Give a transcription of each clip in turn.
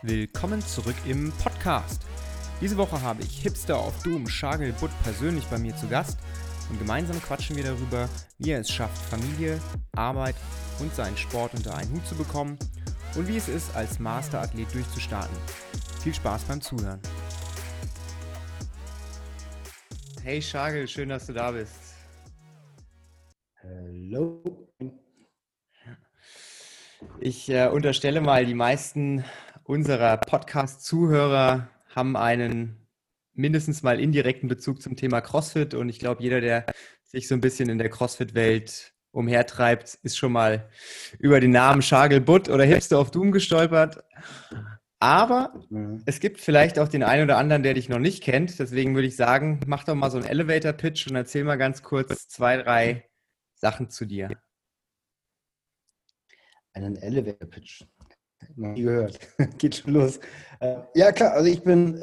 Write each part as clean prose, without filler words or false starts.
Willkommen zurück im Podcast. Diese Woche habe ich Hipster of Doom Shagil Butt persönlich bei mir zu Gast und gemeinsam quatschen wir darüber, wie er es schafft, Familie, Arbeit und seinen Sport unter einen Hut zu bekommen und wie es ist, als Masterathlet durchzustarten. Viel Spaß beim Zuhören. Hey Shagil, schön, dass du da bist. Hallo. Ich unterstelle mal, die meisten unserer Podcast-Zuhörer haben einen mindestens mal indirekten Bezug zum Thema CrossFit und ich glaube, jeder, der sich so ein bisschen in der CrossFit-Welt umhertreibt, ist schon mal über den Namen Shagil Butt oder Hipster of Doom gestolpert. Aber es gibt vielleicht auch den einen oder anderen, der dich noch nicht kennt. Deswegen würde ich sagen, mach doch mal so einen Elevator-Pitch und erzähl mal ganz kurz 2, 3 Sachen zu dir. Einen Elevator-Pitch. Noch nie gehört. Geht schon los. Ja, klar, also ich bin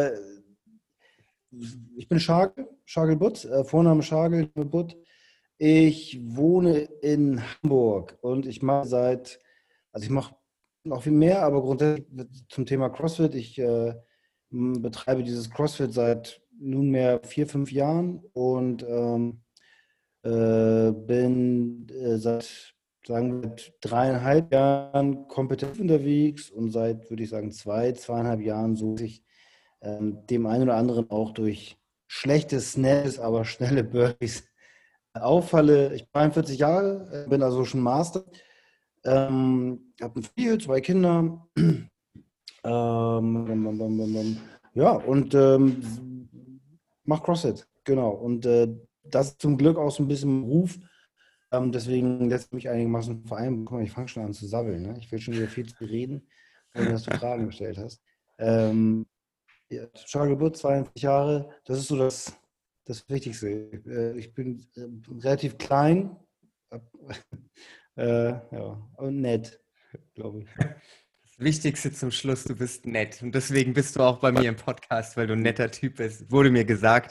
Shagil Butt, Vorname Shagil Butt. Ich wohne in Hamburg und ich mache noch viel mehr, aber grundsätzlich zum Thema CrossFit. Ich betreibe dieses CrossFit seit nunmehr 4, 5 Jahren und bin seit 3,5 Jahren kompetitiv unterwegs und seit, würde ich sagen, 2,5 Jahren so, dass ich dem einen oder anderen auch durch schlechte Snaps, aber schnelle Birdies auffalle. Ich bin 43 Jahre, bin also schon Master, habe eine Familie, 2 Kinder, ja, und mache CrossFit, genau. Und das ist zum Glück auch so ein bisschen Beruf. Deswegen lässt mich einigermaßen vereinbaren. Guck mal, ich fange schon an zu sabbeln. Ne? Ich will schon wieder viel zu reden, ohne dass du Fragen gestellt hast. Ja, Shagil Butt, 42 Jahre, das ist so das Wichtigste. Ich bin relativ klein ja, und nett, glaube ich. Das Wichtigste zum Schluss, du bist nett. Und deswegen bist du auch bei mir im Podcast, weil du ein netter Typ bist. Wurde mir gesagt.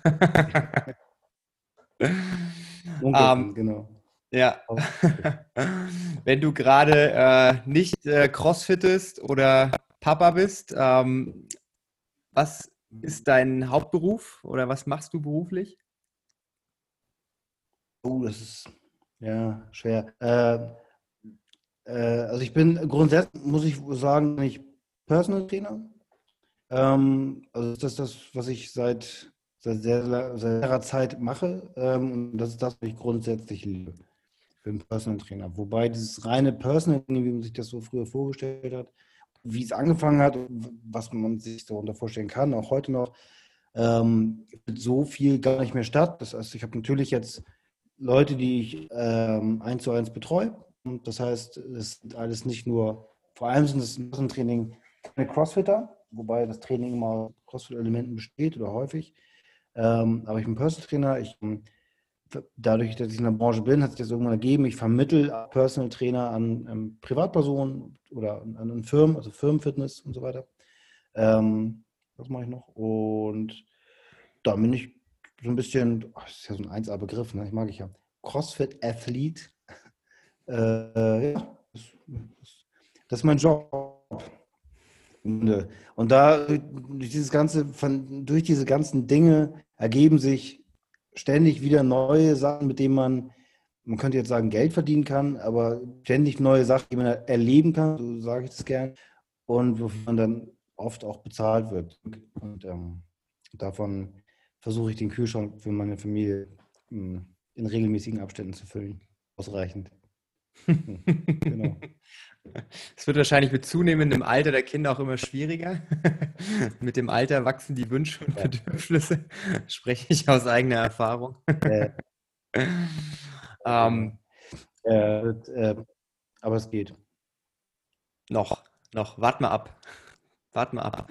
Genau. Ja. Wenn du gerade nicht crossfittest oder Papa bist, was ist dein Hauptberuf oder was machst du beruflich? Oh, das ist ja schwer. Also ich bin grundsätzlich, muss ich sagen, ich Personal Trainer. Also das ist das, was ich seit längerer Zeit mache. Und das ist das, was ich grundsätzlich liebe. Ich bin Personal Trainer. Wobei dieses reine Personal Training, wie man sich das so früher vorgestellt hat, wie es angefangen hat, was man sich darunter vorstellen kann, auch heute noch, findet so viel gar nicht mehr statt. Das heißt, ich habe natürlich jetzt Leute, die ich 1:1 betreue. Und das heißt, es sind alles nicht nur, vor allem sind es im Training keine Crossfitter, wobei das Training immer aus Crossfit-Elementen besteht oder häufig. Aber ich bin Personal Trainer. Dadurch, dass ich in der Branche bin, hat sich das irgendwann ergeben. Ich vermittle Personal Trainer an Privatpersonen oder an Firmen, also Firmenfitness und so weiter. Das mache ich noch. Und da bin ich so ein bisschen, das ist ja so ein 1A-Begriff, ne? Mag ich ja. CrossFit-Athlet. Ja, das ist mein Job. Und durch diese ganzen Dinge ergeben sich ständig wieder neue Sachen, mit denen man könnte jetzt sagen, Geld verdienen kann, aber ständig neue Sachen, die man erleben kann, so sage ich das gern, und wofür man dann oft auch bezahlt wird. Und davon versuche ich den Kühlschrank für meine Familie in regelmäßigen Abständen zu füllen. Ausreichend. Genau. Es wird wahrscheinlich mit zunehmendem Alter der Kinder auch immer schwieriger. Mit dem Alter wachsen die Wünsche und Bedürfnisse. Spreche ich aus eigener Erfahrung. ähm, Aber es geht. noch, wart mal ab. Wart mal ab.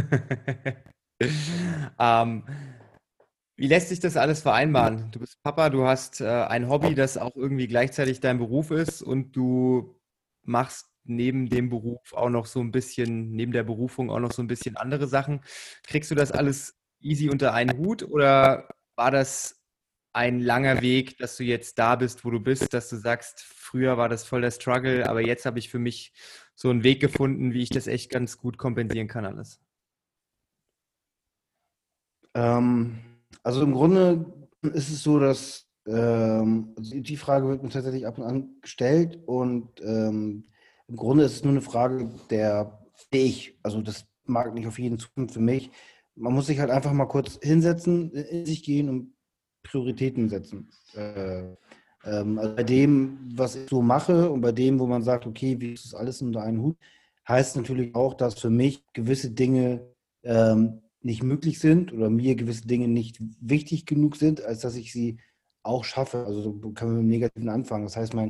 Wie lässt sich das alles vereinbaren? Du bist Papa, du hast ein Hobby, das auch irgendwie gleichzeitig dein Beruf ist und du machst neben dem Beruf auch noch so ein bisschen, neben der Berufung auch noch so ein bisschen andere Sachen. Kriegst du das alles easy unter einen Hut oder war das ein langer Weg, dass du jetzt da bist, wo du bist, dass du sagst, früher war das voll der Struggle, aber jetzt habe ich für mich so einen Weg gefunden, wie ich das echt ganz gut kompensieren kann alles? Also im Grunde ist es so, dass also die Frage wird mir tatsächlich ab und an gestellt und im Grunde ist es nur eine Frage der ich. Also das mag nicht auf jeden zukommen für mich. Man muss sich halt einfach mal kurz hinsetzen, in sich gehen und Prioritäten setzen. Also bei dem, was ich so mache und bei dem, wo man sagt, okay, wie ist das alles unter einen Hut, heißt natürlich auch, dass für mich gewisse Dinge nicht möglich sind oder mir gewisse Dinge nicht wichtig genug sind, als dass ich sie auch schaffe. Also so können wir mit dem Negativen anfangen. Das heißt,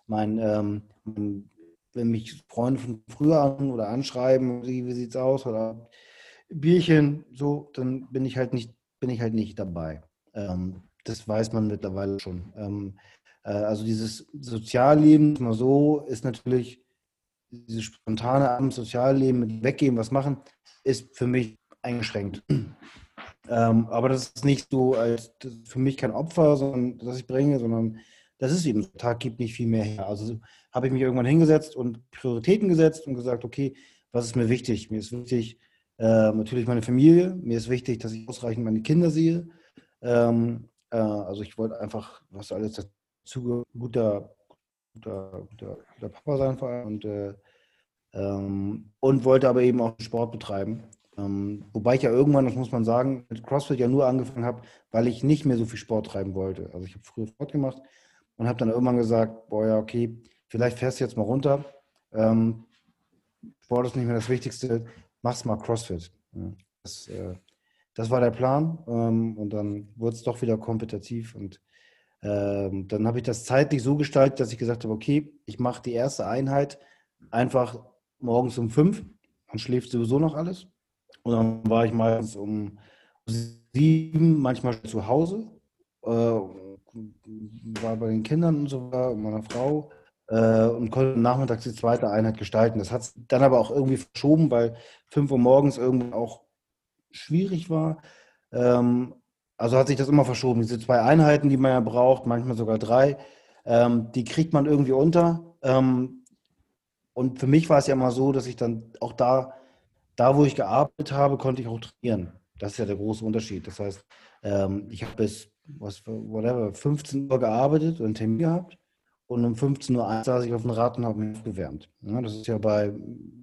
wenn mich Freunde von früher an oder anschreiben, wie sieht's aus oder Bierchen, so, dann bin ich halt nicht dabei. Das weiß man mittlerweile schon. Also dieses Sozialleben, mal so, ist natürlich dieses spontane Abend Sozialleben mit weggehen, was machen, ist für mich eingeschränkt. Aber das ist nicht so als das ist für mich kein Opfer, sondern das ich bringe, sondern das ist eben, der Tag gibt nicht viel mehr her. Also so habe ich mich irgendwann hingesetzt und Prioritäten gesetzt und gesagt, okay, was ist mir wichtig? Mir ist wichtig, natürlich meine Familie, mir ist wichtig, dass ich ausreichend meine Kinder sehe. Also ich wollte einfach, was alles dazu, guter Papa sein vor allem und wollte aber eben auch Sport betreiben. Wobei ich ja irgendwann, das muss man sagen, mit CrossFit ja nur angefangen habe, weil ich nicht mehr so viel Sport treiben wollte. Also ich habe früher Sport gemacht und habe dann irgendwann gesagt, boah ja, okay, vielleicht fährst du jetzt mal runter. Ähm, Sport ist nicht mehr das Wichtigste, mach's mal CrossFit. Ja, das war der Plan und dann wurde es doch wieder kompetitiv und dann habe ich das zeitlich so gestaltet, dass ich gesagt habe, okay, ich mache die erste Einheit einfach morgens um 5, dann schläft sowieso noch alles. Und dann war ich meistens um 7 manchmal zu Hause, war bei den Kindern und so und meiner Frau und konnte nachmittags die zweite Einheit gestalten. Das hat es dann aber auch irgendwie verschoben, weil 5 Uhr morgens irgendwie auch schwierig war. Ähm, also hat sich das immer verschoben. Diese zwei Einheiten, die man ja braucht, manchmal sogar drei, die kriegt man irgendwie unter. Und für mich war es ja immer so, dass ich dann auch da wo ich gearbeitet habe, konnte ich auch trainieren. Das ist ja der große Unterschied. Das heißt, ich habe bis whatever, 15 Uhr gearbeitet und einen Termin gehabt. Und um 15:01 Uhr saß ich auf dem Rad und habe mich aufgewärmt. Ja, das ist ja bei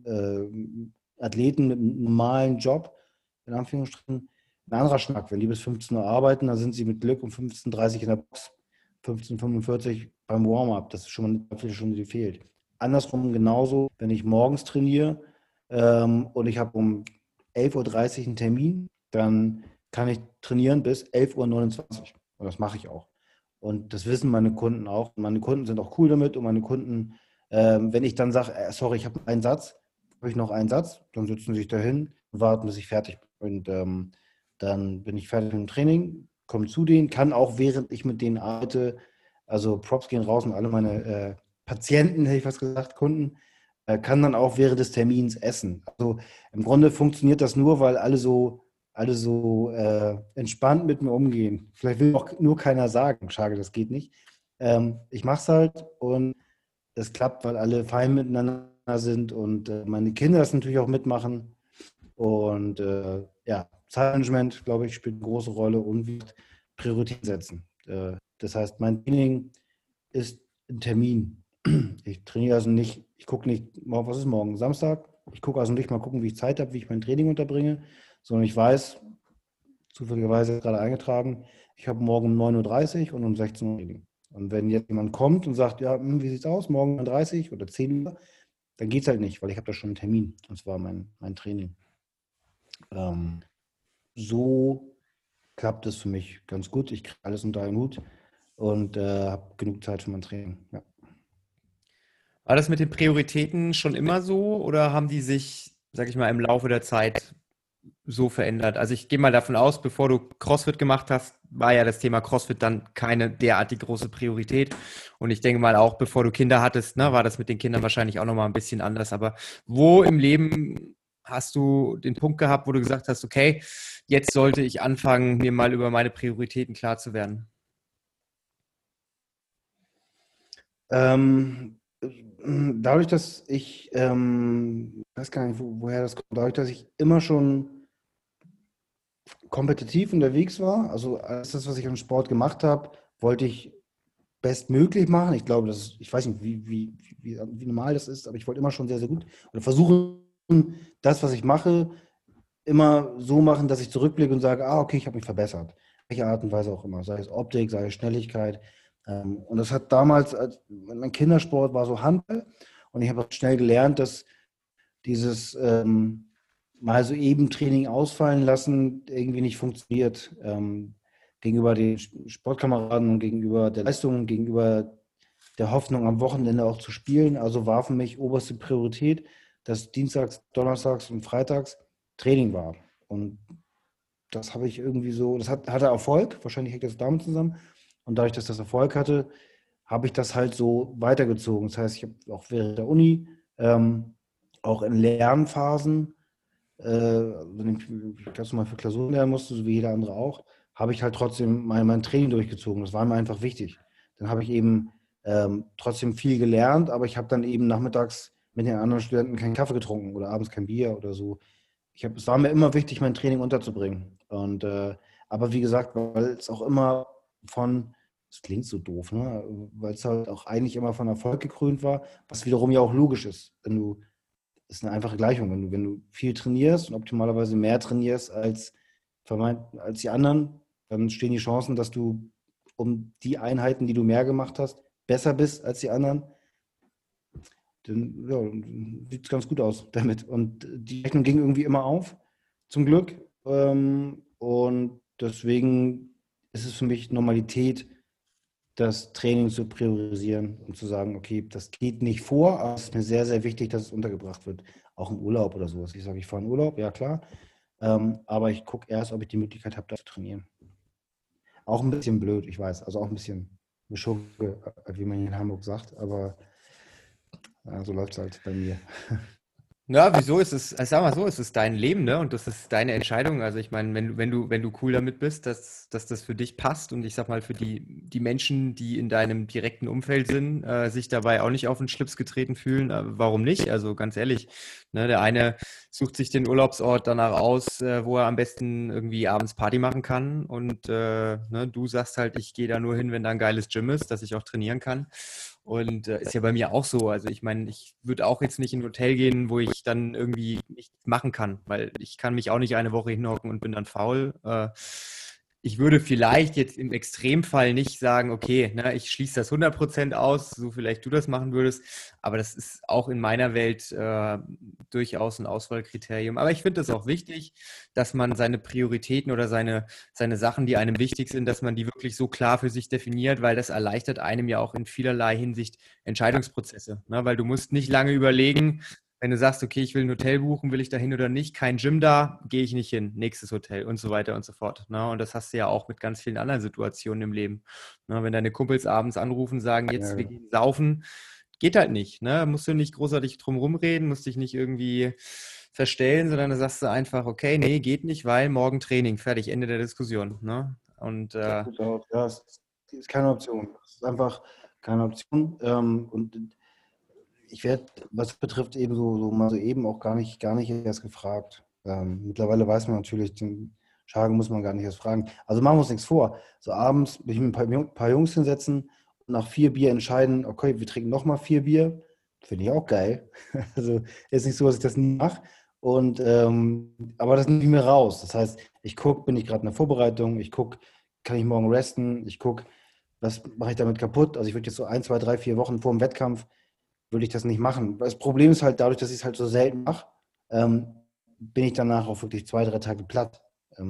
Athleten mit einem normalen Job, in Anführungsstrichen, ein anderer Schnack. Wenn die bis 15 Uhr arbeiten, dann sind sie mit Glück um 15:30 Uhr in der Box, 15:45 Uhr beim Warm-up. Das ist schon mal eine Viertelstunde, die fehlt. Andersrum genauso, wenn ich morgens trainiere und ich habe um 11:30 Uhr einen Termin, dann kann ich trainieren bis 11:29 Uhr. Und das mache ich auch. Und das wissen meine Kunden auch. Meine Kunden sind auch cool damit und meine Kunden, wenn ich dann sage, sorry, ich habe einen Satz, habe ich noch einen Satz, dann sitzen sie sich dahin und warten, bis ich fertig bin. Und dann bin ich fertig mit dem Training, komme zu denen, kann auch während ich mit denen arbeite, also Props gehen raus und alle meine Patienten, hätte ich fast gesagt, Kunden, kann dann auch während des Termins essen. Also im Grunde funktioniert das nur, weil alle so entspannt mit mir umgehen. Vielleicht will auch nur keiner sagen, schade, das geht nicht. Ich mache es halt und es klappt, weil alle fein miteinander sind und meine Kinder das natürlich auch mitmachen. Und ja, Zeitmanagement, glaube ich, spielt eine große Rolle und wie Prioritäten setzen. Das heißt, mein Training ist ein Termin. Ich trainiere also nicht, ich gucke nicht, was ist morgen? Samstag? Ich gucke also nicht mal gucken, wie ich Zeit habe, wie ich mein Training unterbringe, sondern ich weiß, zufälligerweise gerade eingetragen, ich habe morgen um 9:30 Uhr und um 16 Uhr Training. Und wenn jetzt jemand kommt und sagt, ja, wie sieht's aus, morgen 9:30 Uhr oder 10 Uhr, dann geht es halt nicht, weil ich habe da schon einen Termin, und zwar mein Training. Ähm, so klappt es für mich ganz gut. Ich kriege alles unter einen Hut und habe genug Zeit für mein Training. Ja. War das mit den Prioritäten schon immer so oder haben die sich, sag ich mal, im Laufe der Zeit so verändert? Also ich gehe mal davon aus, bevor du CrossFit gemacht hast, war ja das Thema CrossFit dann keine derartig große Priorität. Und ich denke mal auch, bevor du Kinder hattest, ne, war das mit den Kindern wahrscheinlich auch nochmal ein bisschen anders. Aber wo im Leben hast du den Punkt gehabt, wo du gesagt hast, okay, jetzt sollte ich anfangen, mir mal über meine Prioritäten klar zu werden? Ähm, Dadurch, dass ich, weiß gar nicht, woher das kommt, dadurch, dass ich immer schon kompetitiv unterwegs war, also alles das, was ich an Sport gemacht habe, wollte ich bestmöglich machen. Ich glaube, ich weiß nicht, wie normal das ist, aber ich wollte immer schon sehr, sehr gut oder versuchen, das, was ich mache, immer so machen, dass ich zurückblicke und sage, ah, okay, ich habe mich verbessert. Welche Art und Weise auch immer, sei es Optik, sei es Schnelligkeit. Und das hat damals, mein Kindersport war so Handball und ich habe auch schnell gelernt, dass dieses mal so eben Training ausfallen lassen irgendwie nicht funktioniert. Gegenüber den Sportkameraden und gegenüber der Leistung, gegenüber der Hoffnung, am Wochenende auch zu spielen. Also war für mich oberste Priorität, dass Dienstags, Donnerstags und Freitags Training war. Und das habe ich irgendwie so, hatte Erfolg, wahrscheinlich hängt das damit zusammen. Und dadurch, dass das Erfolg hatte, habe ich das halt so weitergezogen. Das heißt, ich habe auch während der Uni, auch in Lernphasen, wenn ich ganz normal für Klausuren lernen musste, so wie jeder andere auch, habe ich halt trotzdem mein Training durchgezogen. Das war mir einfach wichtig. Dann habe ich eben trotzdem viel gelernt, aber ich habe dann eben nachmittags mit den anderen Studenten keinen Kaffee getrunken oder abends kein Bier oder so. Es war mir immer wichtig, mein Training unterzubringen. Aber wie gesagt, weil es auch immer das klingt so doof, ne? Weil es halt auch eigentlich immer von Erfolg gekrönt war, was wiederum ja auch logisch ist. Ist eine einfache Gleichung. Wenn du viel trainierst und optimalerweise mehr trainierst als die anderen, dann stehen die Chancen, dass du um die Einheiten, die du mehr gemacht hast, besser bist als die anderen. Dann ja, sieht es ganz gut aus damit. Und die Rechnung ging irgendwie immer auf, zum Glück. Und deswegen ist es für mich Normalität, das Training zu priorisieren und zu sagen, okay, das geht nicht vor, aber es ist mir sehr, sehr wichtig, dass es untergebracht wird. Auch im Urlaub oder sowas. Ich sage, ich fahre in Urlaub, ja klar. Aber ich gucke erst, ob ich die Möglichkeit habe, da zu trainieren. Auch ein bisschen blöd, ich weiß. Also auch ein bisschen Schurke, wie man hier in Hamburg sagt. Aber ja, so läuft es halt bei mir. Ja, wieso ist es, also sag mal so, es ist dein Leben, ne? Und das ist deine Entscheidung. Also ich meine, wenn du cool damit bist, dass das für dich passt und ich sag mal, für die Menschen, die in deinem direkten Umfeld sind, sich dabei auch nicht auf den Schlips getreten fühlen, warum nicht? Also ganz ehrlich, ne? Der eine sucht sich den Urlaubsort danach aus, wo er am besten irgendwie abends Party machen kann und ne, du sagst halt, ich gehe da nur hin, wenn da ein geiles Gym ist, dass ich auch trainieren kann. Und ist ja bei mir auch so. Also ich meine, ich würde auch jetzt nicht in ein Hotel gehen, wo ich dann irgendwie nichts machen kann, weil ich kann mich auch nicht eine Woche hinhocken und bin dann faul. Ich würde vielleicht jetzt im Extremfall nicht sagen, okay, ne, ich schließe das 100% aus, so vielleicht du das machen würdest, aber das ist auch in meiner Welt durchaus ein Auswahlkriterium. Aber ich finde es auch wichtig, dass man seine Prioritäten oder seine Sachen, die einem wichtig sind, dass man die wirklich so klar für sich definiert, weil das erleichtert einem ja auch in vielerlei Hinsicht Entscheidungsprozesse. Ne? Weil du musst nicht lange überlegen, wenn du sagst, okay, ich will ein Hotel buchen, will ich da hin oder nicht, kein Gym da, gehe ich nicht hin, nächstes Hotel und so weiter und so fort. Ne? Und das hast du ja auch mit ganz vielen anderen Situationen im Leben. Ne? Wenn deine Kumpels abends anrufen, sagen, jetzt wir Ja, gehen saufen, geht halt nicht. Ne? Musst du nicht großartig drum rumreden, musst dich nicht irgendwie verstellen, sondern da sagst du einfach, okay, nee, geht nicht, weil morgen Training, fertig, Ende der Diskussion. Ne? Und so sieht's aus. Ja, es ist keine Option. Es ist einfach keine Option. Und ich werde, was betrifft, eben so mal so eben auch gar nicht erst gefragt. Mittlerweile weiß man natürlich, den Schagen muss man gar nicht erst fragen. Also machen wir uns nichts vor. So abends will ich mit ein paar Jungs hinsetzen und nach 4 Bier entscheiden, okay, wir trinken nochmal 4 Bier. Finde ich auch geil. Also ist nicht so, dass ich das nie mache. Aber das nehme ich mir raus. Das heißt, ich gucke, bin ich gerade in der Vorbereitung, ich gucke, kann ich morgen resten, ich gucke, was mache ich damit kaputt. Also ich würde jetzt so 1, 2, 3, 4 Wochen vor dem Wettkampf würde ich das nicht machen. Das Problem ist halt dadurch, dass ich es halt so selten mache, ähm, bin ich danach auch wirklich 2, 3 Tage platt.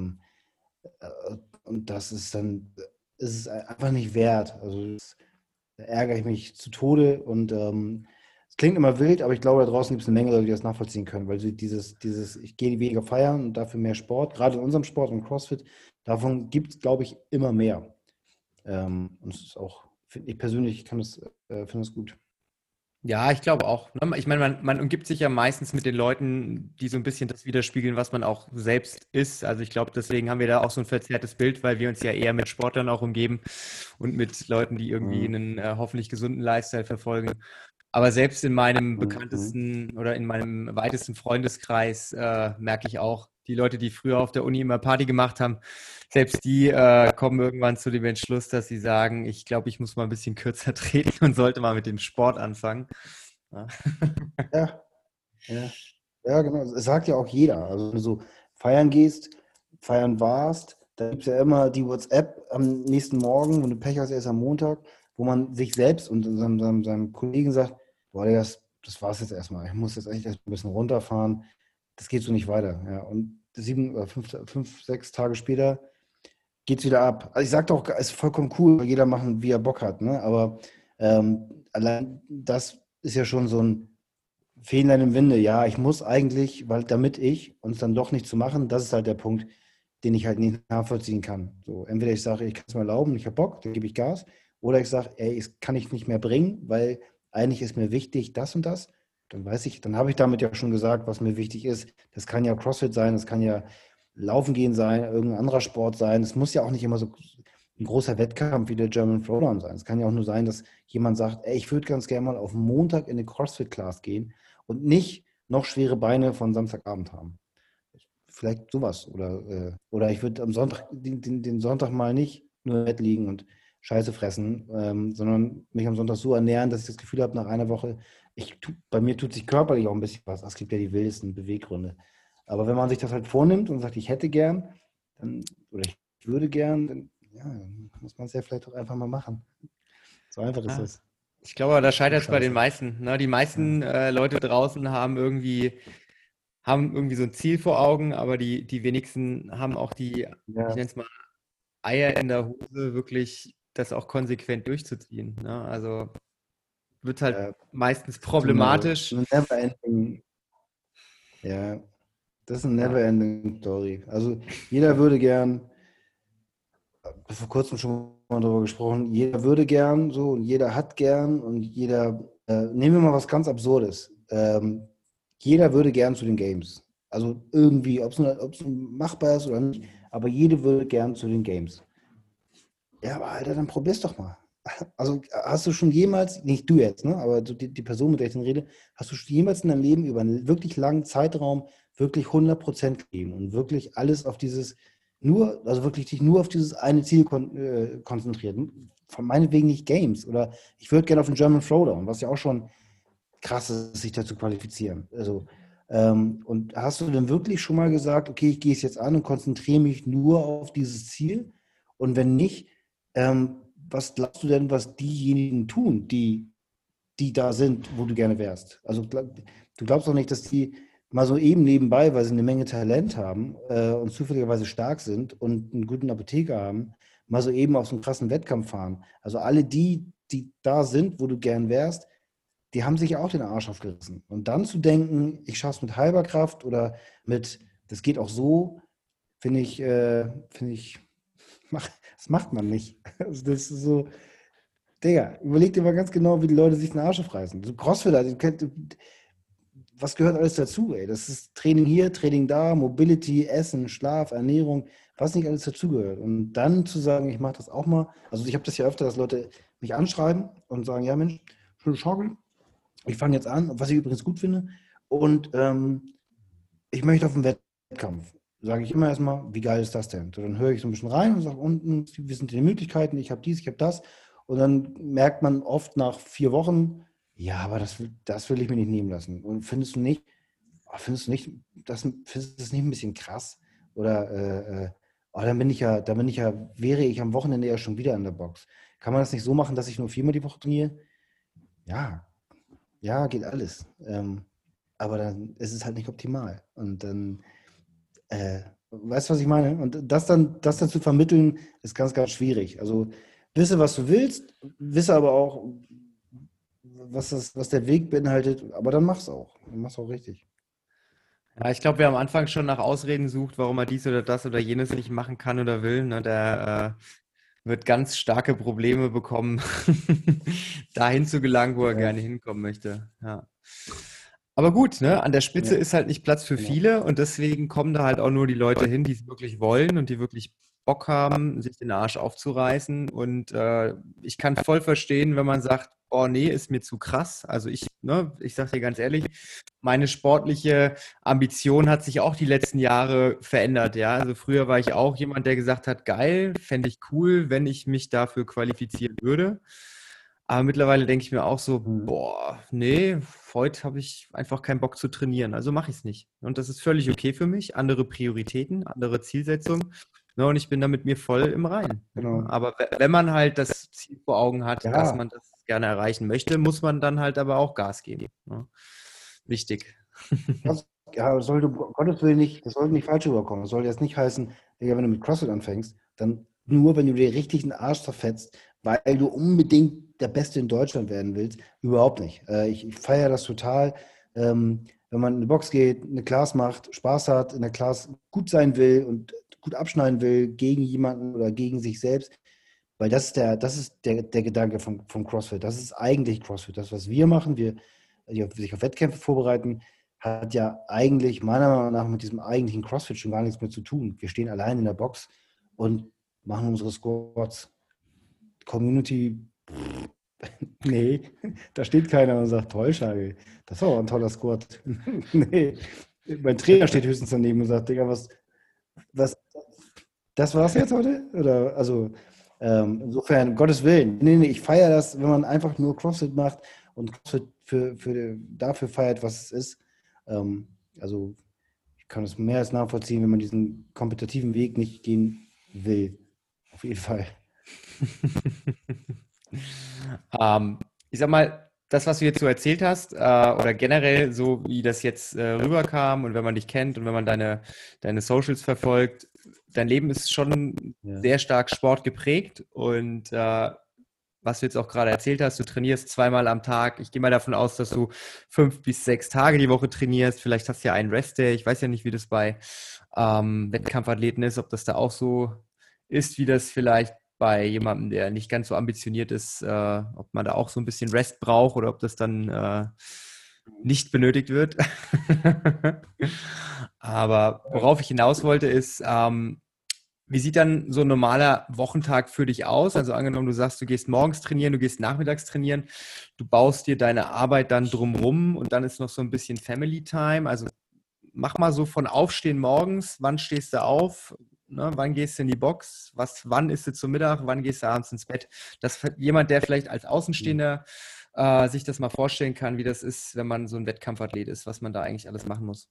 Und das ist es einfach nicht wert. Also da ärgere ich mich zu Tode und es klingt immer wild, aber ich glaube, da draußen gibt es eine Menge Leute, die das nachvollziehen können, weil so ich gehe weniger feiern und dafür mehr Sport, gerade in unserem Sport und CrossFit, davon gibt es, glaube ich, immer mehr. Und es ist auch, finde ich persönlich, finde das gut. Ja, ich glaube auch. Ne? Ich meine, man umgibt sich ja meistens mit den Leuten, die so ein bisschen das widerspiegeln, was man auch selbst ist. Also ich glaube, deswegen haben wir da auch so ein verzerrtes Bild, weil wir uns ja eher mit Sportlern auch umgeben und mit Leuten, die irgendwie Mhm. einen hoffentlich gesunden Lifestyle verfolgen. Aber selbst in meinem Mhm. bekanntesten oder in meinem weitesten Freundeskreis merke ich auch, die Leute, die früher auf der Uni immer Party gemacht haben, selbst die kommen irgendwann zu dem Entschluss, dass sie sagen, ich glaube, ich muss mal ein bisschen kürzer treten und sollte mal mit dem Sport anfangen. Ja. Ja, ja. Ja, genau. Es sagt ja auch jeder. Also wenn du so feiern gehst, feiern warst, da gibt es ja immer die WhatsApp am nächsten Morgen, wenn du Pech hast, erst am Montag, wo man sich selbst und seinem Kollegen sagt, boah, Digga, das war's jetzt erstmal. Ich muss jetzt echt erst ein bisschen runterfahren. Das geht so nicht weiter. Ja. Und 6 Tage später geht's wieder ab. Also ich sage doch, es ist vollkommen cool, jeder machen, wie er Bock hat, ne? Aber allein das ist ja schon so ein Fähnlein im Winde. Ja, ich muss eigentlich, weil damit ich und es dann doch nicht zu machen, das ist halt der Punkt, den ich halt nicht nachvollziehen kann. So, entweder ich sage, ich kann es mir erlauben, ich habe Bock, dann gebe ich Gas, oder ich sage, ey, das kann ich nicht mehr bringen, weil eigentlich ist mir wichtig das und das. Dann weiß ich, dann habe ich damit ja schon gesagt, was mir wichtig ist. Das kann ja CrossFit sein, das kann ja Laufen gehen sein, irgendein anderer Sport sein. Es muss ja auch nicht immer so ein großer Wettkampf wie der German Throwdown sein. Es kann ja auch nur sein, dass jemand sagt, ey, ich würde ganz gerne mal auf Montag in eine CrossFit-Class gehen und nicht noch schwere Beine von Samstagabend haben. Vielleicht sowas. Oder ich würde am Sonntag, den Sonntag mal nicht nur im Bett liegen und Scheiße fressen, sondern mich am Sonntag so ernähren, dass ich das Gefühl habe, nach einer Woche, bei mir tut sich körperlich auch ein bisschen was. Es gibt ja die wildesten Beweggründe. Aber wenn man sich das halt vornimmt und sagt, ich hätte gern, oder ich würde gern, dann, ja, dann muss man es ja vielleicht auch einfach mal machen. So einfach ist Ja. das. Ich glaube, da So scheitert es bei den scheiße. meisten. Ne? Die Ja. meisten Leute draußen haben irgendwie so ein Ziel vor Augen, aber die wenigsten haben auch ich Ja. nenne es mal, Eier in der Hose, wirklich das auch konsequent durchzuziehen. Ne? Also wird halt Ja, meistens so problematisch. eine Never-Ending, ja, das ist eine Ja. Never-Ending Story. Also jeder würde gern, vor kurzem schon mal darüber gesprochen, jeder würde gern so und jeder hat gern und nehmen wir mal was ganz Absurdes. Jeder würde gern zu den Games. Also irgendwie, ob es machbar ist oder nicht, aber jeder würde gern zu den Games. Ja, aber Alter, dann probier's doch mal. Also hast du schon jemals, nicht du jetzt, ne, aber so die Person, mit der ich dann rede, hast du schon jemals in deinem Leben über einen wirklich langen Zeitraum wirklich 100% gegeben und wirklich alles auf also wirklich dich nur auf dieses eine Ziel konzentriert? Von meinetwegen nicht Games oder ich würde gerne auf den German Throwdown, was ja auch schon krass ist, sich dazu qualifizieren. Also, und hast du denn wirklich schon mal gesagt, okay, ich gehe es jetzt an und konzentriere mich nur auf dieses Ziel? Und wenn nicht, was glaubst du denn, was diejenigen tun, die da sind, wo du gerne wärst? Also du glaubst doch nicht, dass die mal so eben nebenbei, weil sie eine Menge Talent haben und zufälligerweise stark sind und einen guten Apotheker haben, mal so eben auf so einen krassen Wettkampf fahren. Also alle die da sind, wo du gern wärst, die haben sich ja auch den Arsch aufgerissen. Und dann zu denken, ich schaffe es mit halber Kraft oder das geht auch so, finde ich, das macht man nicht. Also das ist so, Digga, überleg dir mal ganz genau, wie die Leute sich den Arsch aufreißen. So CrossFit, also, was gehört alles dazu, ey? Das ist Training hier, Training da, Mobility, Essen, Schlaf, Ernährung, was nicht alles dazugehört. Und dann zu sagen, ich mache das auch mal. Also ich habe das ja öfter, dass Leute mich anschreiben und sagen, ja Mensch, schöne Schaukel, ich fange jetzt an, was ich übrigens gut finde. Und ich möchte auf einen Wettkampf. Sage ich immer erstmal, wie geil ist das denn? So, dann höre ich so ein bisschen rein und sage, unten, wie sind die Möglichkeiten? Ich habe dies, ich habe das. Und dann merkt man oft nach 4 Wochen, ja, aber das will ich mir nicht nehmen lassen. Und findest du nicht, findest du das nicht ein bisschen krass? Oder oh, wäre ich am Wochenende ja schon wieder in der Box. Kann man das nicht so machen, dass ich nur 4-mal die Woche trainiere? Ja, ja, geht alles. Aber dann ist es halt nicht optimal. Und dann, weißt du, was ich meine? Und das dann zu vermitteln, ist ganz, ganz schwierig. Also wisse, was du willst, wisse aber auch, was der Weg beinhaltet, aber dann mach's auch. Dann mach's auch richtig. Ja, ich glaube, wer am Anfang schon nach Ausreden sucht, warum er dies oder das oder jenes nicht machen kann oder will, ne, wird ganz starke Probleme bekommen, dahin zu gelangen, wo er Ja, gerne hinkommen möchte. Ja. Aber gut, ne? An der Spitze ja, ist halt nicht Platz für genau. viele und deswegen kommen da halt auch nur die Leute hin, die es wirklich wollen und die wirklich Bock haben, sich den Arsch aufzureißen. Und ich kann voll verstehen, wenn man sagt, oh nee, ist mir zu krass. Also ich sag dir ganz ehrlich, meine sportliche Ambition hat sich auch die letzten Jahre verändert, ja. Also früher war ich auch jemand, der gesagt hat, geil, fände ich cool, wenn ich mich dafür qualifizieren würde. Aber mittlerweile denke ich mir auch so, Mhm. boah, nee, heute habe ich einfach keinen Bock zu trainieren, also mache ich es nicht. Und das ist völlig okay für mich. Andere Prioritäten, andere Zielsetzungen. Ne, und ich bin da mit mir voll im Reinen. Ne? Genau. Aber wenn man halt das Ziel vor Augen hat, dass Ja, man das gerne erreichen möchte, muss man dann halt aber auch Gas geben. Ne? Wichtig. das, ja, das sollte, um Gottes Willen nicht, das sollte nicht falsch rüberkommen. Das sollte jetzt nicht heißen, Digga, wenn du mit CrossFit anfängst, dann nur, wenn du dir richtig den Arsch zerfetzt, weil du unbedingt der Beste in Deutschland werden willst. Überhaupt nicht. Ich feiere das total. Wenn man in eine Box geht, eine Class macht, Spaß hat, in der Class gut sein will und gut abschneiden will gegen jemanden oder gegen sich selbst, weil das ist der Gedanke vom CrossFit. Das ist eigentlich CrossFit. Das, was wir machen, die sich auf Wettkämpfe vorbereiten, hat ja eigentlich meiner Meinung nach mit diesem eigentlichen CrossFit schon gar nichts mehr zu tun. Wir stehen allein in der Box und machen unsere Squats. Community, nee, da steht keiner und sagt, toll, Schagel, das war aber ein toller Squat. Nee, mein Trainer steht höchstens daneben und sagt, Digga, was, das war's jetzt heute? Oder, also, insofern, um Gottes Willen. Nee, nee, ich feiere das, wenn man einfach nur CrossFit macht und CrossFit dafür feiert, was es ist. Also, ich kann es mehr als nachvollziehen, wenn man diesen kompetitiven Weg nicht gehen will. Auf jeden Fall. Ähm, ich sag mal, das, was du jetzt so erzählt hast, oder generell so, wie das jetzt rüberkam und wenn man dich kennt und wenn man deine Socials verfolgt, dein Leben ist schon Ja. sehr stark sportgeprägt und was du jetzt auch gerade erzählt hast, du trainierst zweimal am Tag. Ich gehe mal davon aus, dass du 5 bis 6 Tage die Woche trainierst. Vielleicht hast du ja einen Rest-Day. Ich weiß ja nicht, wie das bei Wettkampfathleten ist, ob das da auch so ist, wie das vielleicht bei jemandem, der nicht ganz so ambitioniert ist, ob man da auch so ein bisschen Rest braucht oder ob das dann nicht benötigt wird. Aber worauf ich hinaus wollte, ist, wie sieht dann so ein normaler Wochentag für dich aus? Also angenommen, du sagst, du gehst morgens trainieren, du gehst nachmittags trainieren, du baust dir deine Arbeit dann drumrum und dann ist noch so ein bisschen Family Time. Also mach mal so von Aufstehen morgens, wann stehst du auf, ne, wann gehst du in die Box, wann isst du zum Mittag, wann gehst du abends ins Bett. Das jemand, der vielleicht als Außenstehender sich das mal vorstellen kann, wie das ist, wenn man so ein Wettkampfathlet ist, was man da eigentlich alles machen muss.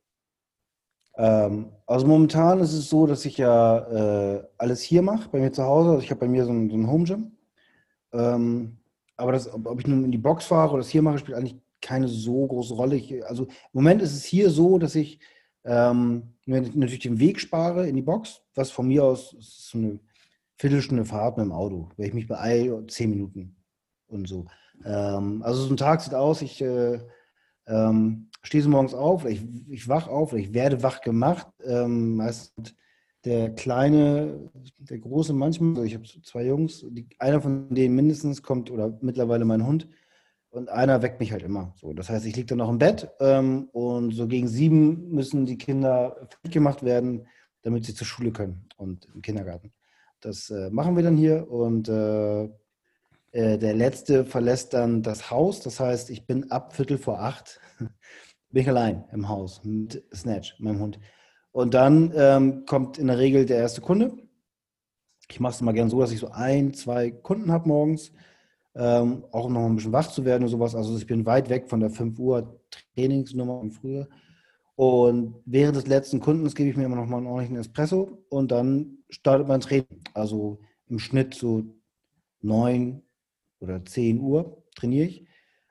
Also momentan ist es so, dass ich ja alles hier mache, bei mir zu Hause. Also ich habe bei mir so ein Home Gym. Aber ob ich nun in die Box fahre oder das hier mache, spielt eigentlich keine so große Rolle. Also im Moment ist es hier so, dass ich mir natürlich den Weg spare in die Box, was von mir aus ist so eine Viertelstunde Fahrt mit dem Auto, wenn ich mich beeile, 10 Minuten und so. Also so ein Tag sieht aus, ich stehe so morgens auf, ich wach auf, oder ich werde wach gemacht. Meistens der Kleine, der Große manchmal, also ich habe so zwei Jungs, einer von denen mindestens kommt, oder mittlerweile mein Hund, und einer weckt mich halt immer. So, das heißt, ich liege dann noch im Bett und so gegen 7 müssen die Kinder fit gemacht werden, damit sie zur Schule können und im Kindergarten. Das machen wir dann hier und der Letzte verlässt dann das Haus. Das heißt, ich bin ab Viertel vor 8 bin ich allein im Haus mit Snatch, meinem Hund. Und dann kommt in der Regel der erste Kunde. Ich mache es mal gern so, dass ich so ein, zwei Kunden habe morgens, auch um noch ein bisschen wach zu werden und sowas. Also ich bin weit weg von der 5 Uhr Trainingsnummer von früher. Und während des letzten Kundens gebe ich mir immer noch mal einen ordentlichen Espresso und dann startet mein Training. Also im Schnitt so 9 oder 10 Uhr trainiere ich.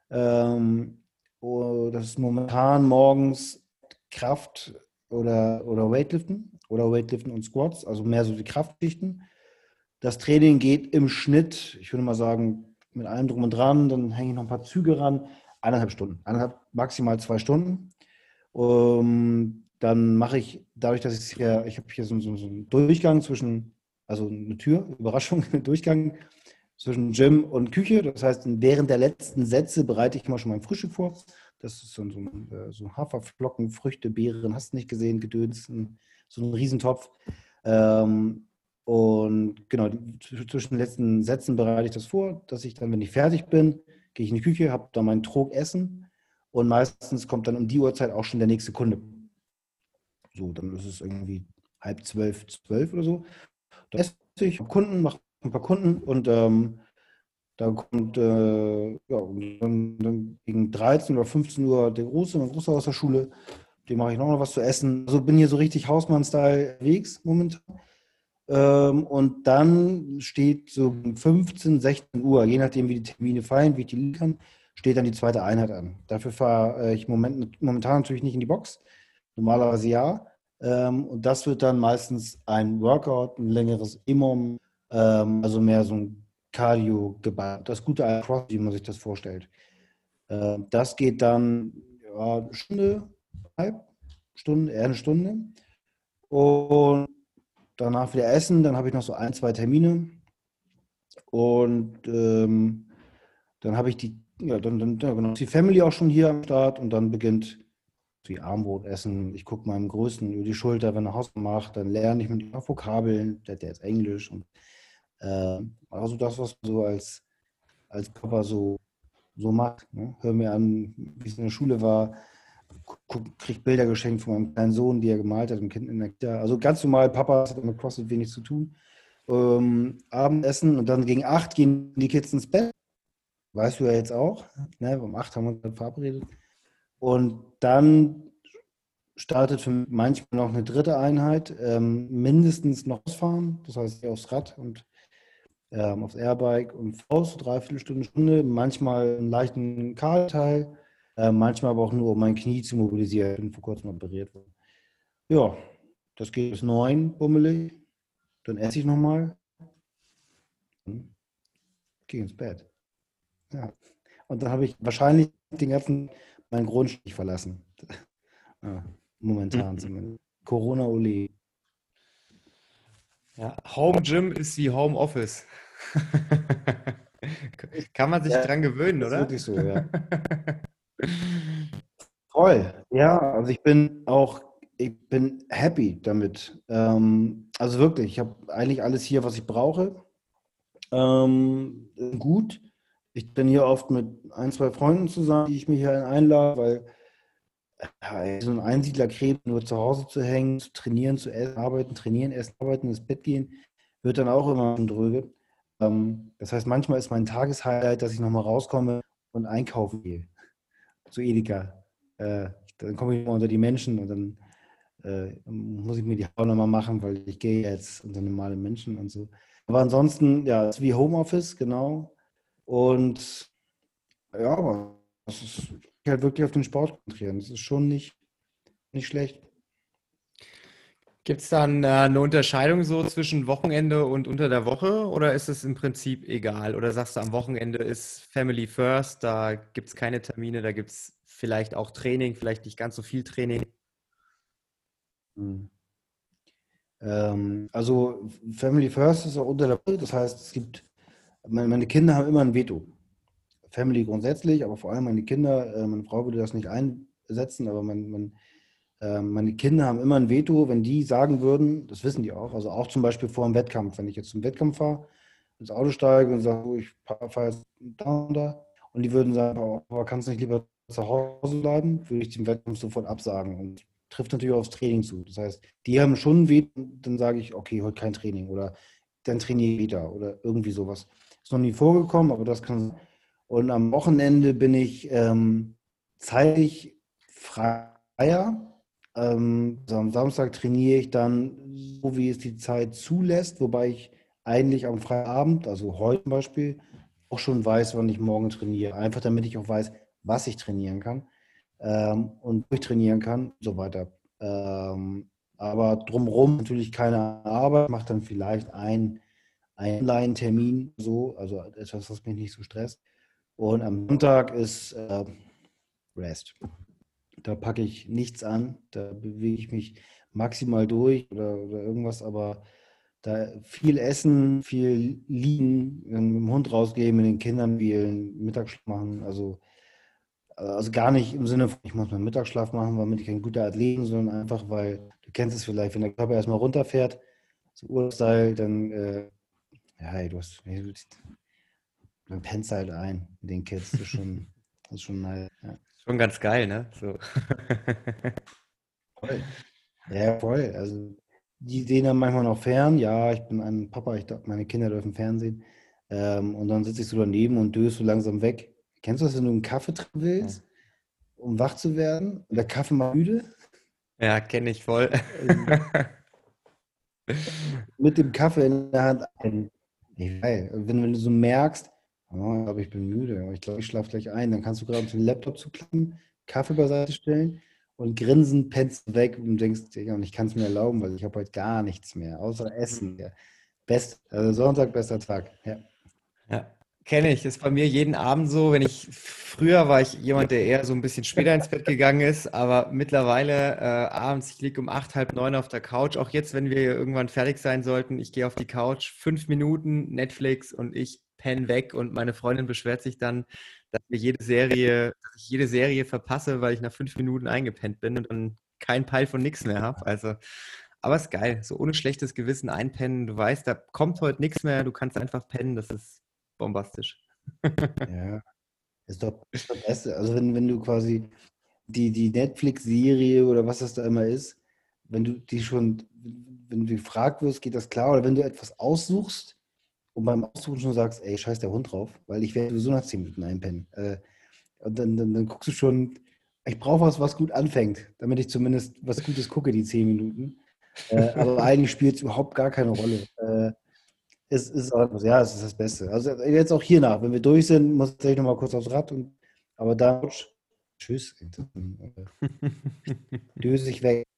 Das ist momentan morgens Kraft oder Weightliften und Squats, also mehr so die Kraftschichten. Das Training geht im Schnitt, ich würde mal sagen, mit allem drum und dran, dann hänge ich noch ein paar Züge ran, 1,5 Stunden, maximal 2 Stunden. Dann mache ich, dadurch, dass ich habe hier so einen Durchgang zwischen also eine Tür, Überraschung, Durchgang zwischen Gym und Küche. Das heißt, während der letzten Sätze bereite ich mal schon mein Frühstück vor. Das ist so Haferflocken, Früchte, Beeren, hast du nicht gesehen, Gedöns, so ein Riesentopf. Ähm, und genau, zwischen den letzten Sätzen bereite ich das vor, dass ich dann, wenn ich fertig bin, gehe ich in die Küche, habe da meinen Trog Essen und meistens kommt dann um die Uhrzeit auch schon der nächste Kunde. So, dann ist es irgendwie 11:30, 12 oder so. Da esse ich, habe Kunden, mache ein paar Kunden und da kommt ja, und dann gegen 13 oder 15 Uhr mein Großer aus der Schule. Dem mache ich noch was zu essen. Also bin hier so richtig Hausmann-Style unterwegs momentan. Und dann steht so um 15, 16 Uhr, je nachdem, wie die Termine fallen, wie ich die liefern kann, steht dann die zweite Einheit an. Dafür fahre ich momentan natürlich nicht in die Box, normalerweise ja. Und das wird dann meistens ein Workout, ein längeres Immom, also mehr so ein Cardio-Geball. Das gute alte CrossFit, wie man sich das vorstellt. Das geht dann ja, eine Stunde, halb Stunde, eher eine Stunde. Und danach wieder essen, dann habe ich noch so ein, zwei Termine und dann habe ich ja, genau, ist die Family auch schon hier am Start und dann beginnt wie Armbrot essen. Ich gucke meinem Größten über die Schulter, wenn er Hausaufgaben macht, dann lerne ich mit ihm auch Vokabeln, der hat jetzt Englisch und also das, was man so als Papa so macht. Ne? Hör mir an, wie es in der Schule war, krieg Bilder geschenkt von meinem kleinen Sohn, die er gemalt hat, ein Kind in der Kita. Also ganz normal, Papa hat mit CrossFit wenig zu tun. Abendessen und dann gegen 8 gehen die Kids ins Bett. Weißt du ja jetzt auch. Ne? Um 8 haben wir uns dann verabredet. Und dann startet für mich manchmal noch eine dritte Einheit, mindestens noch ausfahren. Das heißt, ich aufs Rad und aufs Airbike und raus, so dreiviertel Stunde, Stunde. Manchmal einen leichten Kahlteil, manchmal aber auch nur, um mein Knie zu mobilisieren. Ich bin vor kurzem operiert worden. Ja, das geht bis 9, bummelig. Dann esse ich nochmal. Dann gehe ins Bett. Ja. Und dann habe ich wahrscheinlich den ganzen meinen Grundstich verlassen. Ja, momentan zumindest. Corona Ole. Ja, Home Gym ist wie Home Office. Kann man sich Ja, dran gewöhnen, das ist oder? wirklich so, ja. Voll. Ja, also ich bin happy damit. Also wirklich, ich habe eigentlich alles hier, was ich brauche. Gut. Ich bin hier oft mit ein, zwei Freunden zusammen, die ich mir hier einlade, weil ja, so ein Einsiedlerkrebs nur zu Hause zu hängen, zu trainieren, zu essen, arbeiten, trainieren, essen, arbeiten, ins Bett gehen, wird dann auch immer ein dröge. Das heißt, manchmal ist mein Tageshighlight, dass ich nochmal rauskomme und einkaufen gehe. Zu Edeka. Dann komme ich mal unter die Menschen und dann muss ich mir die Haare nochmal machen, weil ich gehe jetzt unter normale Menschen und so. Aber ansonsten, ja, es ist wie Homeoffice, genau. Und ja, aber es ist halt wirklich auf den Sport konzentrieren. Das ist schon nicht schlecht. Gibt es dann eine Unterscheidung so zwischen Wochenende und unter der Woche oder ist es im Prinzip egal? Oder sagst du, am Wochenende ist Family First, da gibt es keine Termine, da gibt es vielleicht auch Training, vielleicht nicht ganz so viel Training? Hm. Also Family First ist auch unter der Woche. Das heißt, meine Kinder haben immer ein Veto. Family grundsätzlich, aber vor allem meine Kinder, meine Frau würde das nicht einsetzen, aber meine Kinder haben immer ein Veto, wenn die sagen würden, das wissen die auch, also auch zum Beispiel vor dem Wettkampf, wenn ich jetzt zum Wettkampf fahre, ins Auto steige und sage, oh, ich fahre jetzt da und da, und die würden sagen, oh, aber kannst du nicht lieber zu Hause bleiben, würde ich den Wettkampf sofort absagen und trifft natürlich auch aufs Training zu. Das heißt, die haben schon ein Veto, dann sage ich, okay, heute kein Training oder dann trainiere ich wieder oder irgendwie sowas. Ist noch nie vorgekommen, aber das kann. Und am Wochenende bin ich zeitlich freier. So am Samstag trainiere ich dann so, wie es die Zeit zulässt, wobei ich eigentlich am Freitagabend, also heute zum Beispiel, auch schon weiß, wann ich morgen trainiere. Einfach damit ich auch weiß, was ich trainieren kann und wo ich trainieren kann und so weiter. Aber drumherum natürlich keine Arbeit, mache dann vielleicht einen Online-Termin, so, also etwas, was mich nicht so stresst. Und am Sonntag ist Rest. Da packe ich nichts an, da bewege ich mich maximal durch oder irgendwas, aber Da viel essen, viel liegen, mit dem Hund rausgehen, mit den Kindern spielen, Mittagsschlaf machen. Also gar nicht im Sinne von, ich muss meinen Mittagsschlaf machen, damit ich ein guter Athlet bin, sondern einfach, weil du kennst es vielleicht, wenn der Körper erstmal runterfährt, so Urlaubsstyle, dann, ja, hey, dann pennst du halt ein mit den Kids. Das ist schon nice. Ja. Schon ganz geil, ne? So. Voll. Ja, voll. Also die sehen dann manchmal noch fern. Ja, ich bin ein Papa, meine Kinder dürfen Fernsehen. Und dann sitze ich so daneben und döse so langsam weg. Kennst du das, wenn du einen Kaffee trinken willst, um wach zu werden? Und der Kaffee macht müde? Ja, kenne ich voll. Also, mit dem Kaffee in der Hand ein. Geil. Wenn du so merkst, oh, ich glaube, ich bin müde, aber ich glaube, ich schlafe gleich ein, dann kannst du gerade zum Laptop zuklappen, Kaffee beiseite stellen und grinsend pennst du weg und denkst, Digga, und ich kann es mir erlauben, weil ich habe heute gar nichts mehr, außer Essen. Ja. Also Sonntag, bester Tag. Ja. Ja, kenne ich. Ist bei mir jeden Abend so. Früher war ich jemand, der eher so ein bisschen später ins Bett gegangen ist, aber mittlerweile abends, ich liege um 8, halb 9 auf der Couch. Auch jetzt, wenn wir irgendwann fertig sein sollten, ich gehe auf die Couch, 5 Minuten Netflix und ich penne weg und meine Freundin beschwert sich dann, dass ich jede Serie verpasse, weil ich nach 5 Minuten eingepennt bin und dann keinen Peil von nichts mehr habe. Also, aber es ist geil, so ohne schlechtes Gewissen einpennen. Du weißt, da kommt heute nichts mehr, du kannst einfach pennen, das ist bombastisch. Ja, ist doch das Beste. Also wenn du quasi die Netflix-Serie oder was das da immer ist, wenn du die schon, wenn du gefragt wirst, geht das klar? Oder wenn du etwas aussuchst und beim Aussuchen schon sagst, ey, scheiß der Hund drauf, weil ich werde sowieso nach 10 Minuten einpennen. Und dann guckst du schon, ich brauche was, was gut anfängt, damit ich zumindest was Gutes gucke, die 10 Minuten. Aber eigentlich spielt es überhaupt gar keine Rolle. Es ist auch, ja, es ist das Beste. Also jetzt auch hier nach, wenn wir durch sind, muss ich noch mal kurz aufs Rad aber da, tschüss, döse ich weg.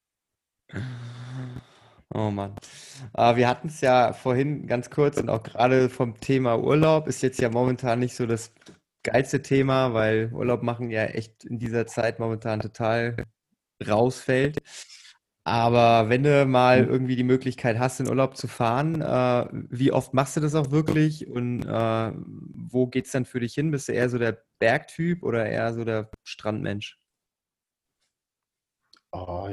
Oh Mann. Wir hatten es ja vorhin ganz kurz und auch gerade vom Thema Urlaub ist jetzt ja momentan nicht so das geilste Thema, weil Urlaub machen ja echt in dieser Zeit momentan total rausfällt. Aber wenn du mal irgendwie die Möglichkeit hast, in Urlaub zu fahren, wie oft machst du das auch wirklich und wo geht's dann für dich hin? Bist du eher so der Bergtyp oder eher so der Strandmensch? Oh,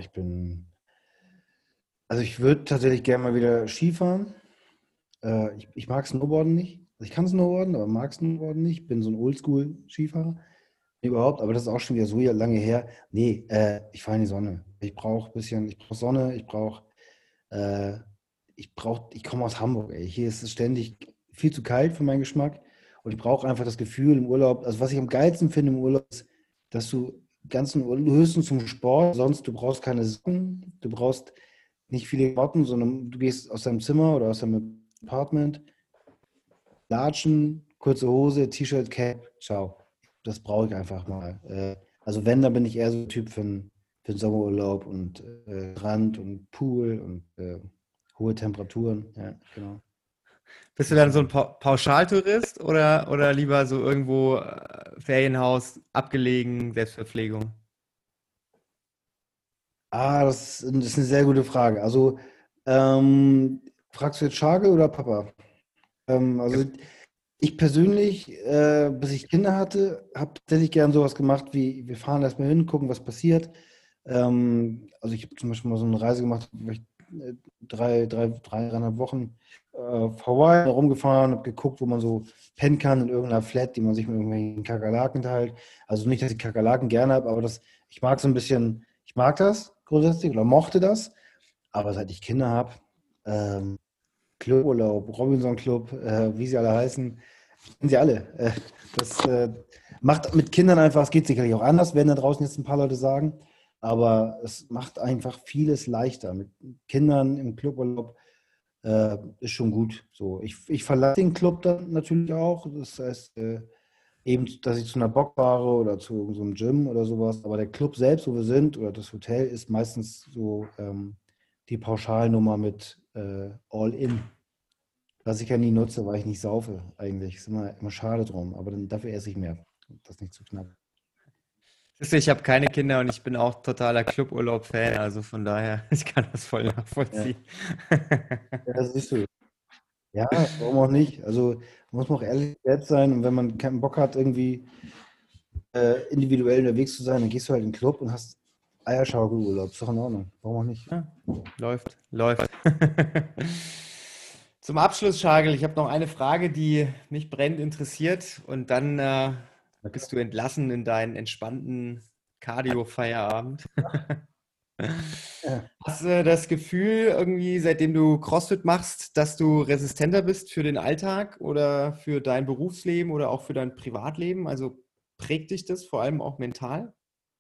also ich würde tatsächlich gerne mal wieder Skifahren. Ich mag Snowboarden nicht. Also ich kann Snowboarden, aber mag Snowboarden nicht. Bin so ein Oldschool-Skifahrer überhaupt, aber das ist auch schon wieder so lange her. Nee, ich fahre in die Sonne. Ich brauche Sonne, äh, ich komme aus Hamburg, ey. Hier ist es ständig viel zu kalt für meinen Geschmack und ich brauche einfach das Gefühl im Urlaub, also was ich am geilsten finde im Urlaub ist, dass du du höchstens zum Sport, sonst du brauchst keine Socken, du brauchst nicht viele Klamotten, sondern du gehst aus deinem Zimmer oder aus deinem Apartment, Latschen, kurze Hose, T-Shirt, Cap, ciao. Das brauche ich einfach mal. Also wenn, dann bin ich eher so ein Typ für den Sommerurlaub und Strand und Pool und hohe Temperaturen. Ja, genau. Bist du Muss dann so ein sein. Pauschaltourist oder lieber so irgendwo Ferienhaus, abgelegen, Selbstverpflegung? Das ist eine sehr gute Frage. Also, fragst du jetzt Schage oder Papa? Ja. Also, ich persönlich, bis ich Kinder hatte, habe tatsächlich gern sowas gemacht wie, wir fahren erstmal hin, gucken, was passiert. Also ich habe zum Beispiel mal so eine Reise gemacht, wo ich 3,5 Wochen auf Hawaii rumgefahren, habe geguckt, wo man so pennen kann in irgendeiner Flat, die man sich mit irgendwelchen Kakerlaken teilt. Also nicht, dass ich Kakerlaken gerne habe, aber ich mag so ein bisschen, ich mag das grundsätzlich oder mochte das. Aber seit ich Kinder habe, ähm, Cluburlaub, Robinson Club, wie sie alle heißen, sind sie alle. Das macht mit Kindern einfach, es geht sicherlich auch anders, werden da draußen jetzt ein paar Leute sagen, aber es macht einfach vieles leichter. Mit Kindern im Cluburlaub ist schon gut. So, ich verlasse den Club dann natürlich auch. Das heißt, eben, dass ich zu einer Box fahre oder zu so einem Gym oder sowas. Aber der Club selbst, wo wir sind, oder das Hotel, ist meistens so die Pauschalnummer mit All-In. Was ich ja nie nutze, weil ich nicht saufe, eigentlich. Ist immer schade drum. Aber dann dafür esse ich mehr. Das ist nicht zu knapp. Siehst du, ich habe keine Kinder und ich bin auch totaler Cluburlaub-Fan, also von daher, ich kann das voll Ja, nachvollziehen. ja, das siehst du. Ja, warum auch nicht? Also muss man auch ehrlich wert sein und wenn man keinen Bock hat, irgendwie individuell unterwegs zu sein, dann gehst du halt in den Club und hast Eierschaukelurlaub. Ist doch in Ordnung. Warum auch nicht? Ja, läuft, läuft. Zum Abschluss, Schagel, ich habe noch eine Frage, die mich brennend interessiert und dann Na bist klar. du entlassen in deinen entspannten Cardio-Feierabend. Ja. Hast du das Gefühl, irgendwie, seitdem du CrossFit machst, dass du resistenter bist für den Alltag oder für dein Berufsleben oder auch für dein Privatleben? Also prägt dich das vor allem auch mental?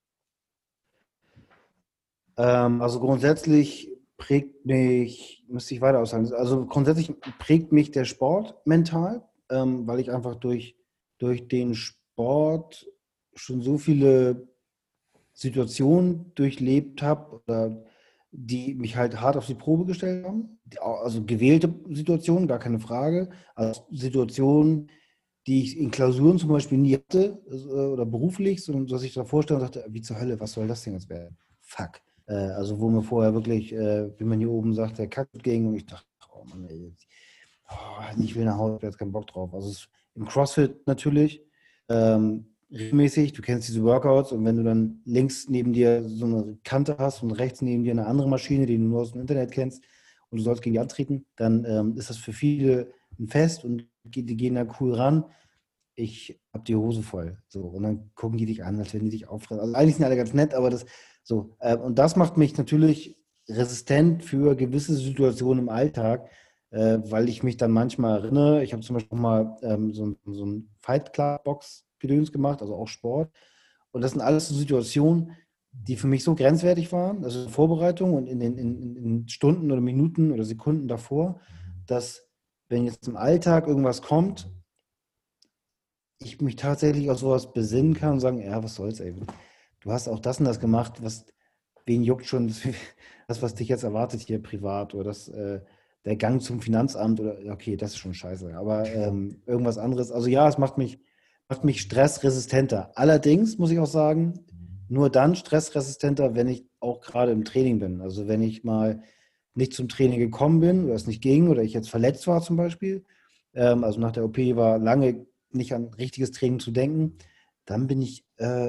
Also grundsätzlich prägt mich, müsste ich weiter aussagen, also grundsätzlich prägt mich der Sport mental, weil ich einfach durch den Sport schon so viele Situationen durchlebt habe, oder die mich halt hart auf die Probe gestellt haben. Also gewählte Situationen, gar keine Frage. Also Situationen, die ich in Klausuren zum Beispiel nie hatte, oder beruflich, sondern dass ich da vorstelle und dachte, wie zur Hölle, was soll das denn jetzt werden? Fuck. Also wo mir vorher wirklich, wie man hier oben sagt, der Kack ging und ich dachte, oh Mann, ey, ich will nach Hause, ich habe jetzt keinen Bock drauf. Also im CrossFit natürlich, regelmäßig, du kennst diese Workouts und wenn du dann links neben dir so eine Kante hast und rechts neben dir eine andere Maschine, die du nur aus dem Internet kennst und du sollst gegen die antreten, dann ist das für viele ein Fest und die gehen da cool ran. Ich hab die Hose voll. So, und dann gucken die dich an, als wenn die dich auffressen. Also eigentlich sind alle ganz nett, aber das so. Und das macht mich natürlich resistent für gewisse Situationen im Alltag, weil ich mich dann manchmal erinnere. Ich habe zum Beispiel auch mal so ein Fight Club Box Gedöns gemacht, also auch Sport. Und das sind alles so Situationen, die für mich so grenzwertig waren, also in Vorbereitung und in Stunden oder Minuten oder Sekunden davor, dass wenn jetzt im Alltag irgendwas kommt, ich mich tatsächlich auf sowas besinnen kann und sagen, ja, was soll's, ey. Du hast auch das und das gemacht, wen juckt schon das, was dich jetzt erwartet hier privat oder der Gang zum Finanzamt oder, okay, das ist schon scheiße, aber irgendwas anderes. Also ja, es macht mich stressresistenter. Allerdings muss ich auch sagen, nur dann stressresistenter, wenn ich auch gerade im Training bin. Also wenn ich mal nicht zum Training gekommen bin oder es nicht ging oder ich jetzt verletzt war zum Beispiel, also nach der OP war lange nicht an richtiges Training zu denken, dann bin ich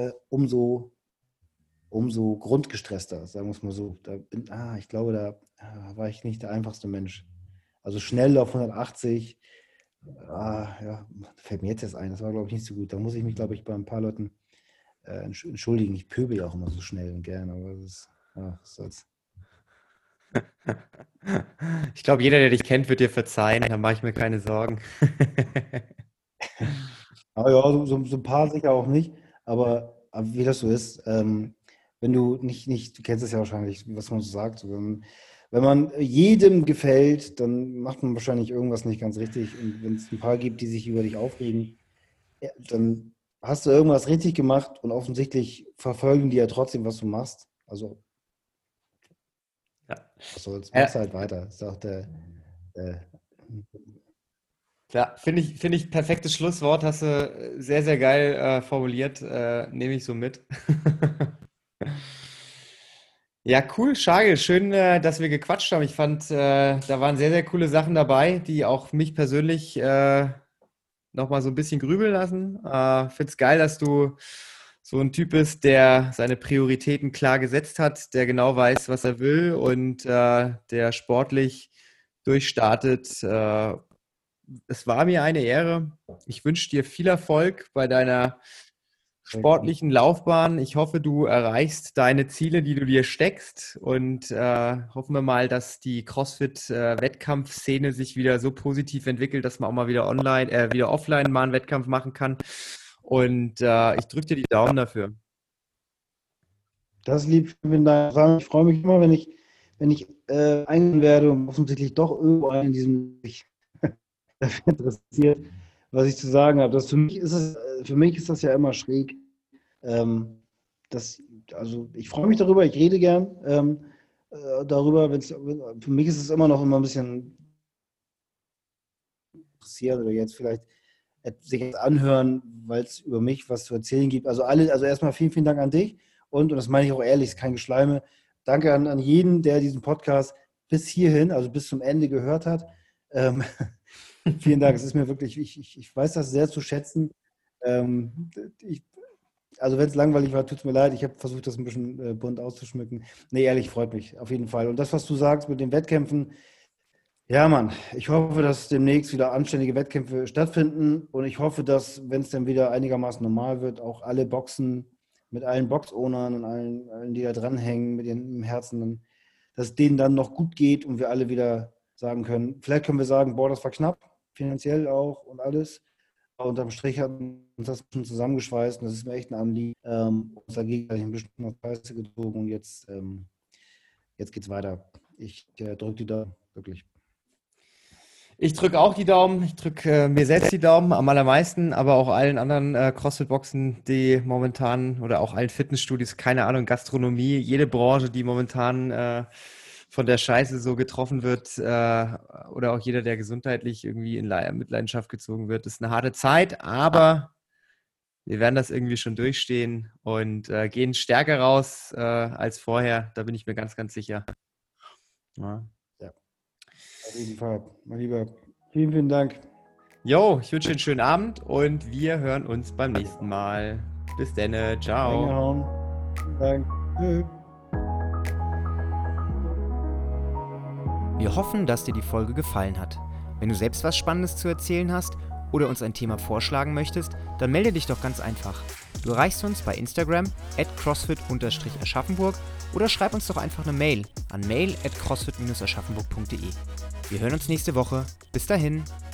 umso grundgestresster, sagen wir es mal so. Ich glaube, da war ich nicht der einfachste Mensch. Also schnell auf 180, ja, fällt mir jetzt ein, das war, glaube ich, nicht so gut. Da muss ich mich, glaube ich, bei ein paar Leuten entschuldigen. Ich pöbel ja auch immer so schnell und gern, aber das ist, was soll's. Ich glaube, jeder, der dich kennt, wird dir verzeihen, da mache ich mir keine Sorgen. Aber ja, so ein paar sicher auch nicht. Aber wie das so ist, wenn du du kennst es ja wahrscheinlich, was man so sagt, so, wenn man jedem gefällt, dann macht man wahrscheinlich irgendwas nicht ganz richtig. Und wenn es ein paar gibt, die sich über dich aufregen, ja, dann hast du irgendwas richtig gemacht und offensichtlich verfolgen die ja trotzdem, was du machst. Also, Ja. was soll's, Ja, mach's halt weiter. Ist auch der klar, finde ich perfektes Schlusswort, hast du sehr, sehr geil formuliert, nehme ich so mit. Ja, cool, Schage. Schön, dass wir gequatscht haben. Ich fand, da waren sehr, sehr coole Sachen dabei, die auch mich persönlich nochmal so ein bisschen grübeln lassen. Finde es geil, dass du so ein Typ bist, der seine Prioritäten klar gesetzt hat, der genau weiß, was er will und der sportlich durchstartet. Es war mir eine Ehre. Ich wünsche dir viel Erfolg bei deiner sportlichen Laufbahn. Ich hoffe, du erreichst deine Ziele, die du dir steckst und hoffen wir mal, dass die CrossFit-Wettkampfszene sich wieder so positiv entwickelt, dass man auch mal wieder wieder offline mal einen Wettkampf machen kann. Und ich drücke dir die Daumen dafür. Das ist lieb, vielen Dank. Ich freue mich immer, wenn ich eingeladen werde und offensichtlich doch irgendwo einen in diesem sich dafür interessiert, was ich zu sagen habe. Für mich ist das ja immer schräg. Ähm, also ich freue mich darüber, ich rede gern darüber. Für mich ist es immer noch ein bisschen interessiert oder jetzt vielleicht sich jetzt anhören, weil es über mich was zu erzählen gibt. Also erstmal vielen, vielen Dank an dich und das meine ich auch ehrlich, ist kein Geschleime. Danke an jeden, der diesen Podcast bis hierhin, also bis zum Ende gehört hat. Vielen Dank, es ist mir wirklich, ich weiß das sehr zu schätzen. Also wenn es langweilig war, tut es mir leid. Ich habe versucht, das ein bisschen bunt auszuschmücken. Nee, ehrlich, freut mich auf jeden Fall. Und das, was du sagst mit den Wettkämpfen, ja, Mann, ich hoffe, dass demnächst wieder anständige Wettkämpfe stattfinden und ich hoffe, dass, wenn es dann wieder einigermaßen normal wird, auch alle Boxen mit allen Box-Ownern und allen, die da dranhängen, mit ihrem Herzen, dass denen dann noch gut geht und wir alle wieder sagen können, vielleicht können wir sagen, boah, das war knapp, finanziell auch und alles. Aber unterm Strich hat uns das schon zusammengeschweißt und das ist mir echt ein Anliegen. Uns dagegen ein bisschen auf Preise gezogen und jetzt geht's weiter. Ich drücke die Daumen, wirklich. Ich drücke auch die Daumen, ich drücke mir selbst die Daumen am allermeisten, aber auch allen anderen CrossFit-Boxen, die momentan oder auch allen Fitnessstudios, keine Ahnung, Gastronomie, jede Branche, die momentan von der Scheiße so getroffen wird oder auch jeder, der gesundheitlich irgendwie in Mitleidenschaft gezogen wird, ist eine harte Zeit, aber wir werden das irgendwie schon durchstehen und gehen stärker raus als vorher, da bin ich mir ganz, ganz sicher. Ja. Auf jeden Fall, mein Lieber. Vielen, vielen Dank. Jo, ich wünsche dir einen schönen Abend und wir hören uns beim nächsten Mal. Bis dann, ciao. Reingehauen. Vielen Dank. Tschüss. Wir hoffen, dass dir die Folge gefallen hat. Wenn du selbst was Spannendes zu erzählen hast oder uns ein Thema vorschlagen möchtest, dann melde dich doch ganz einfach. Du erreichst uns bei Instagram @crossfit_aschaffenburg oder schreib uns doch einfach eine Mail an mail@crossfit-aschaffenburg.de. Wir hören uns nächste Woche. Bis dahin.